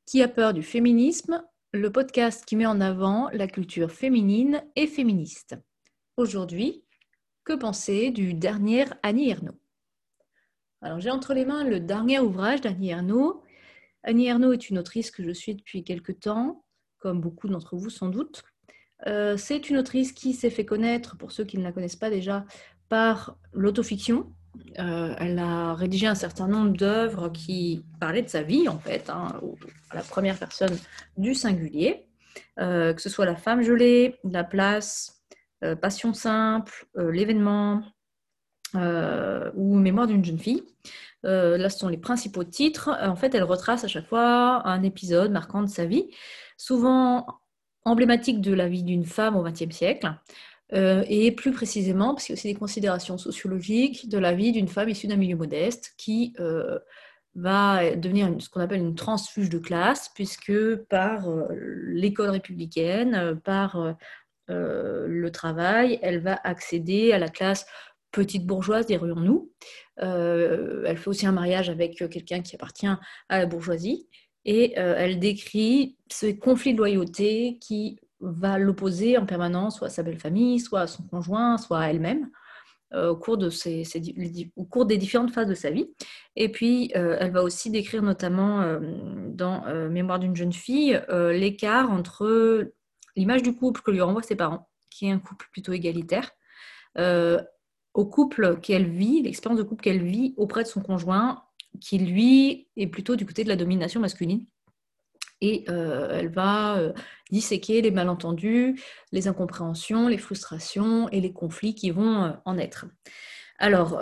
Qui a peur du féminisme, le podcast qui met en avant la culture féminine et féministe. Aujourd'hui, que penser du dernier Annie Ernaux? Alors, j'ai entre les mains le dernier ouvrage d'Annie Ernaux. Annie Ernaux est une autrice que je suis depuis quelque temps, comme beaucoup d'entre vous sans doute. C'est une autrice qui s'est fait connaître, pour ceux qui ne la connaissent pas déjà, par l'autofiction. Elle a rédigé un certain nombre d'œuvres qui parlaient de sa vie, en fait, à la première personne du singulier, que ce soit La femme gelée, La place, Passion simple, L'événement ou Mémoire d'une jeune fille. Là, ce sont les principaux titres. En fait, elle retrace à chaque fois un épisode marquant de sa vie, souvent emblématique de la vie d'une femme au XXe siècle, et plus précisément, parce qu'il y a aussi des considérations sociologiques, de la vie d'une femme issue d'un milieu modeste qui va devenir ce qu'on appelle une transfuge de classe, puisque par l'école républicaine, par le travail, elle va accéder à la classe petite bourgeoise, dirions-nous. Elle fait aussi un mariage avec quelqu'un qui appartient à la bourgeoisie, et elle décrit ce conflit de loyauté qui va l'opposer en permanence soit à sa belle famille, soit à son conjoint, soit à elle-même, au cours au cours des différentes phases de sa vie. Et puis, elle va aussi décrire notamment dans Mémoire d'une jeune fille l'écart entre l'image du couple que lui renvoient ses parents, qui est un couple plutôt égalitaire, euh, au couple qu'elle vit, l'expérience de couple qu'elle vit auprès de son conjoint, qui lui est plutôt du côté de la domination masculine. Et elle va disséquer les malentendus, les incompréhensions, les frustrations et les conflits qui vont en être. Alors,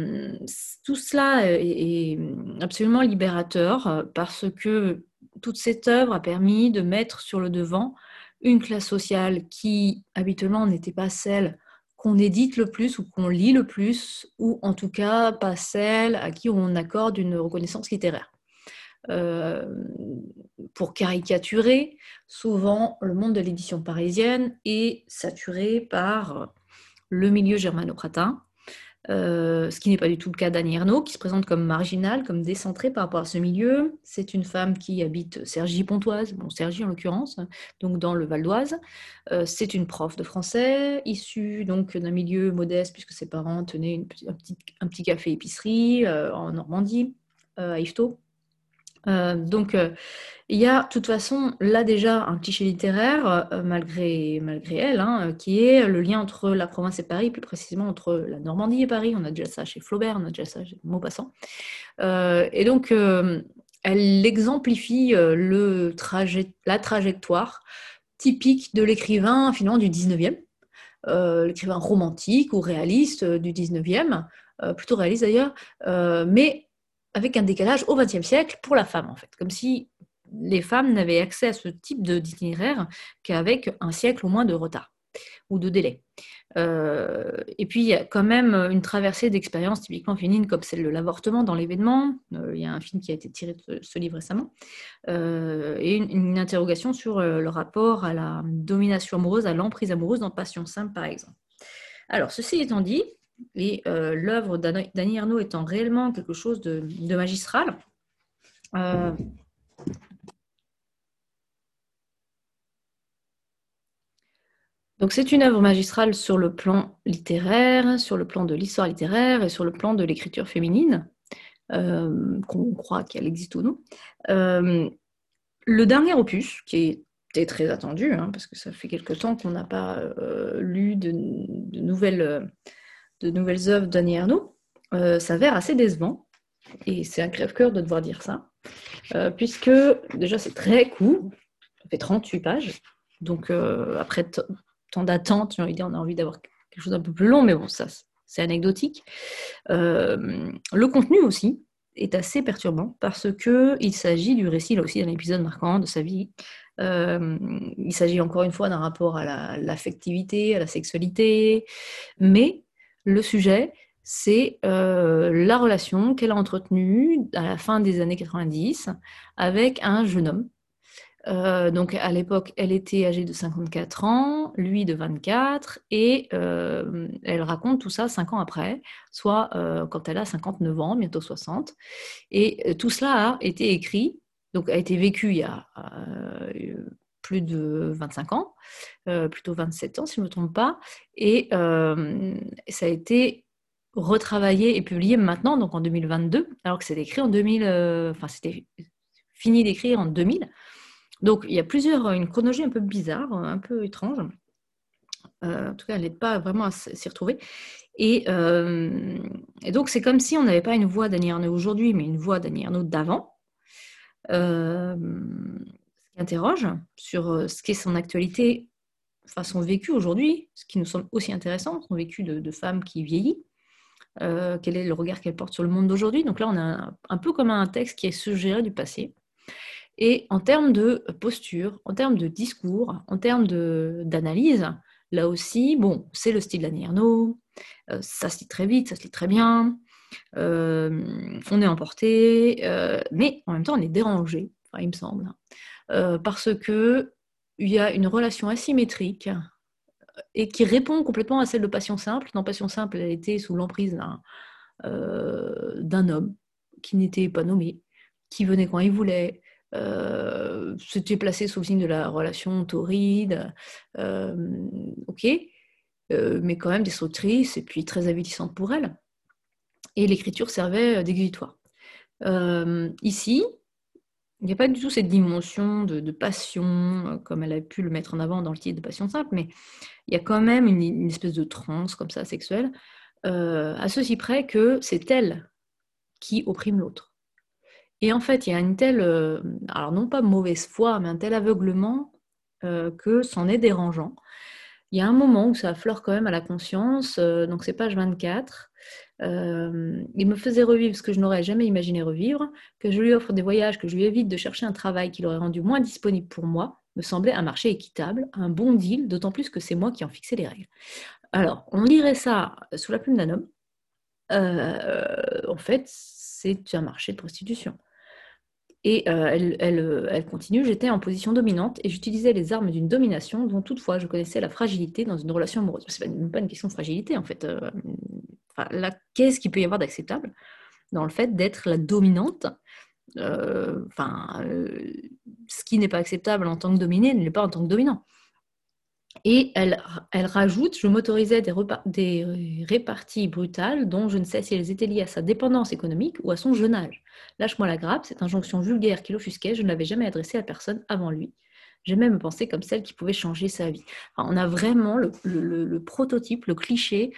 tout cela est absolument libérateur parce que toute cette œuvre a permis de mettre sur le devant une classe sociale qui, habituellement, n'était pas celle qu'on édite le plus ou qu'on lit le plus, ou en tout cas pas celle à qui on accorde une reconnaissance littéraire. Euh, pour caricaturer, souvent le monde de l'édition parisienne est saturé par le milieu germano-pratin, ce qui n'est pas du tout le cas d'Annie Ernaux, qui se présente comme marginale, comme décentrée par rapport à ce milieu. C'est une femme qui habite Cergy-Pontoise, bon, Cergy en l'occurrence, donc dans le Val d'Oise. C'est une prof de français, issue donc d'un milieu modeste, puisque ses parents tenaient un petit café-épicerie en Normandie, à Yvetot. Donc, il y a de toute façon là déjà un cliché littéraire, malgré elle, qui est le lien entre la province et Paris, plus précisément entre la Normandie et Paris. On a déjà ça chez Flaubert, on a déjà ça chez Maupassant. Et donc, elle exemplifie la trajectoire typique de l'écrivain finalement du 19e, l'écrivain romantique ou réaliste du 19e, plutôt réaliste d'ailleurs, mais avec un décalage au XXe siècle pour la femme, en fait. Comme si les femmes n'avaient accès à ce type d'itinéraire qu'avec un siècle au moins de retard ou de délai. Et puis, il y a quand même une traversée d'expériences typiquement féminines, comme celle de l'avortement dans l'événement. Il y a un film qui a été tiré de ce livre récemment. Et une interrogation sur le rapport à la domination amoureuse, à l'emprise amoureuse dans Passion simple, par exemple. Alors, ceci étant dit, et l'œuvre d'Annie Ernaux étant réellement quelque chose de magistral, donc c'est une œuvre magistrale sur le plan littéraire, sur le plan de l'histoire littéraire et sur le plan de l'écriture féminine, qu'on croit qu'elle existe ou non. Le dernier opus, qui était très attendu, parce que ça fait quelque temps qu'on n'a pas lu de nouvelles œuvres d'Annie Ernaux, s'avère assez décevant. Et c'est un crève-cœur de devoir dire ça, puisque déjà c'est très court, ça fait 38 pages, donc après tant d'attente, j'ai envie de dire, on a envie d'avoir quelque chose d'un peu plus long, mais bon, ça c'est anecdotique. Le contenu aussi est assez perturbant, parce qu'il s'agit du récit, là aussi, d'un épisode marquant de sa vie. Il s'agit encore une fois d'un rapport à l'affectivité, à la sexualité, mais le sujet, c'est la relation qu'elle a entretenue à la fin des années 90 avec un jeune homme. Donc à l'époque, elle était âgée de 54 ans, lui de 24, et elle raconte tout ça 5 ans après, soit quand elle a 59 ans, bientôt 60. Et tout cela a été écrit donc a été vécue il y a plus de 25 ans, plutôt 27 ans si je ne me trompe pas, et ça a été retravaillé et publié maintenant, donc en 2022, alors que c'était écrit en 2000, c'était fini d'écrire en 2000. Donc il y a une chronologie un peu bizarre, un peu étrange. En tout cas, elle n'aide pas vraiment à s'y retrouver. Et donc, c'est comme si on n'avait pas une voix d'Annie Ernaux aujourd'hui, mais une voix d'Annie Ernaux d'avant, ce qui interroge sur ce qu'est son actualité, enfin son vécu aujourd'hui, ce qui nous semble aussi intéressant, son vécu de femme qui vieillit, quel est le regard qu'elle porte sur le monde d'aujourd'hui. Donc là, on a un peu comme un texte qui est suggéré du passé. Et en termes de posture, en termes de discours, en termes d'analyse, là aussi, bon, c'est le style d'Annie Ernaux, ça se lit très vite, ça se lit très bien, on est emporté, mais en même temps on est dérangé, enfin, il me semble, parce que il y a une relation asymétrique et qui répond complètement à celle de Passion Simple. Dans Passion Simple, elle était sous l'emprise d'un homme qui n'était pas nommé, qui venait quand il voulait, s'était placé sous le signe de la relation torride, ok, mais quand même destructrice et puis très avilissante pour elle. Et l'écriture servait d'exutoire. Ici, il n'y a pas du tout cette dimension de passion, comme elle a pu le mettre en avant dans le titre de Passion Simple, mais il y a quand même une espèce de transe comme ça, sexuelle, à ceci près que c'est elle qui opprime l'autre. Et en fait, il y a une telle, alors non pas mauvaise foi, mais un tel aveuglement que c'en est dérangeant. Il y a un moment où ça affleure quand même à la conscience, donc c'est page 24. Il me faisait revivre ce que je n'aurais jamais imaginé revivre, que je lui offre des voyages, que je lui évite de chercher un travail qui l'aurait rendu moins disponible pour moi, me semblait un marché équitable, un bon deal, d'autant plus que c'est moi qui en fixais les règles. Alors, on lirait ça sous la plume d'un homme. En fait, c'est un marché de prostitution. Et elle continue, j'étais en position dominante et j'utilisais les armes d'une domination dont toutefois je connaissais la fragilité dans une relation amoureuse. C'est même pas une question de fragilité en fait. Enfin, là, qu'est-ce qu'il peut y avoir d'acceptable dans le fait d'être la dominante? Ce qui n'est pas acceptable en tant que dominé ne l'est pas en tant que dominant. Et elle rajoute, je m'autorisais des réparties brutales dont je ne sais si elles étaient liées à sa dépendance économique ou à son jeune âge. Lâche-moi la grappe, cette injonction vulgaire qui l'offusquait, je ne l'avais jamais adressée à personne avant lui. J'aimais me penser comme celle qui pouvait changer sa vie. Enfin, on a vraiment le prototype, le cliché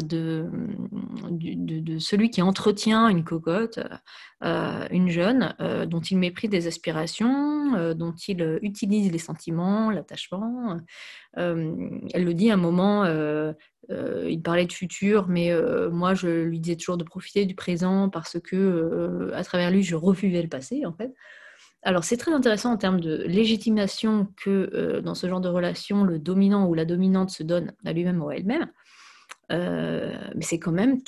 de celui qui entretient une cocotte, une jeune, dont il méprise des aspirations, dont il utilise les sentiments, l'attachement. Elle le dit à un moment, il parlait de futur, mais moi je lui disais toujours de profiter du présent parce que à travers lui je refusais le passé en fait. Alors c'est très intéressant en termes de légitimation que dans ce genre de relation, le dominant ou la dominante se donne à lui-même ou à elle-même. Mais c'est quand même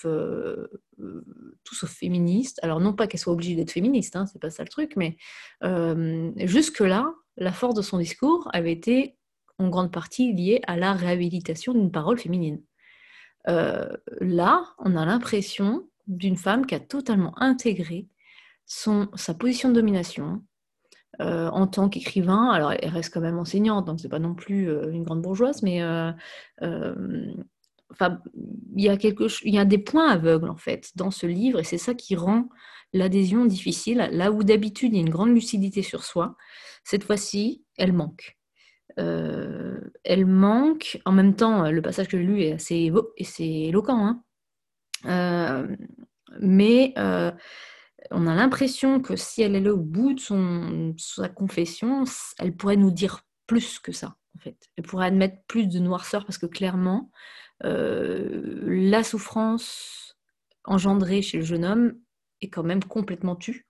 tout sauf féministe. Alors non pas qu'elle soit obligée d'être féministe, hein, c'est pas ça le truc, mais jusque-là, la force de son discours avait été en grande partie liée à la réhabilitation d'une parole féminine. Là, on a l'impression d'une femme qui a totalement intégré sa position de domination en tant qu'écrivain. Alors, elle reste quand même enseignante, donc c'est pas non plus une grande bourgeoise, mais enfin, il y a des points aveugles en fait dans ce livre, et c'est ça qui rend l'adhésion difficile. Là où d'habitude il y a une grande lucidité sur soi, cette fois-ci, elle manque. Elle manque. En même temps, le passage que j'ai lu est assez éloquent, hein. Mais on a l'impression que si elle est là au bout de sa confession, elle pourrait nous dire plus que ça, en fait. Elle pourrait admettre plus de noirceur parce que clairement, la souffrance engendrée chez le jeune homme est quand même complètement tue.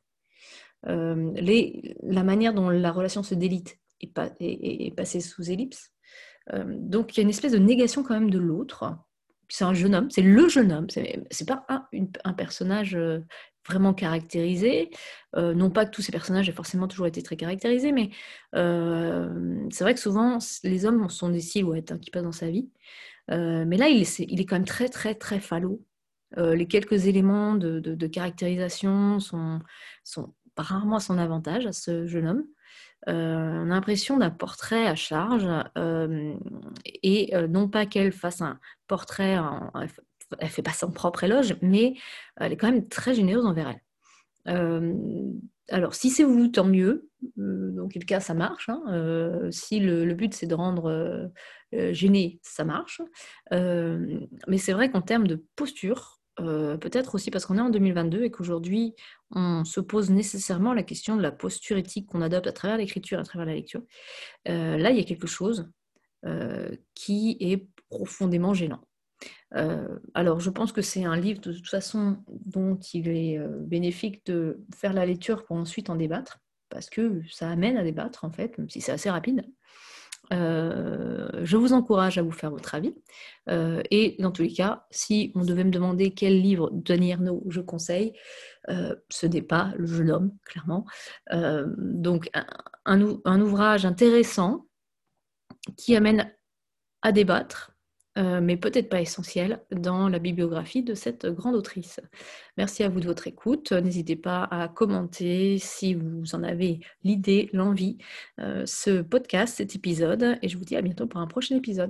La manière dont la relation se délite est passée sous ellipse. Donc il y a une espèce de négation quand même de l'autre. C'est un jeune homme, c'est le jeune homme, c'est pas un personnage vraiment caractérisé. Non pas que tous ces personnages aient forcément toujours été très caractérisés, mais c'est vrai que souvent les hommes sont des silhouettes qui passent dans sa vie. Mais là, il est quand même très très très falot. Les quelques éléments de caractérisation sont rarement à son avantage, à ce jeune homme. On a l'impression d'un portrait à charge, et non pas qu'elle fasse un portrait elle fait pas son propre éloge, mais elle est quand même très généreuse envers elle. Alors si c'est voulu, tant mieux, dans quel cas ça marche, hein, si le but c'est de rendre, gêné, ça marche. Mais c'est vrai qu'en termes de posture, peut-être aussi parce qu'on est en 2022 et qu'aujourd'hui on se pose nécessairement la question de la posture éthique qu'on adopte à travers l'écriture, à travers la lecture. Là, il y a quelque chose, qui est profondément gênant. Alors je pense que c'est un livre de toute façon dont il est, bénéfique de faire la lecture pour ensuite en débattre, parce que ça amène à débattre en fait, même si c'est assez rapide. Je vous encourage à vous faire votre avis, et dans tous les cas, si on devait me demander quel livre d'Annie Ernaux je conseille, ce n'est pas Le jeune homme, clairement. Donc un ouvrage intéressant qui amène à débattre, mais peut-être pas essentiel dans la bibliographie de cette grande autrice. Merci à vous de votre écoute. N'hésitez pas à commenter si vous en avez l'idée, l'envie, ce podcast, cet épisode, et je vous dis à bientôt pour un prochain épisode.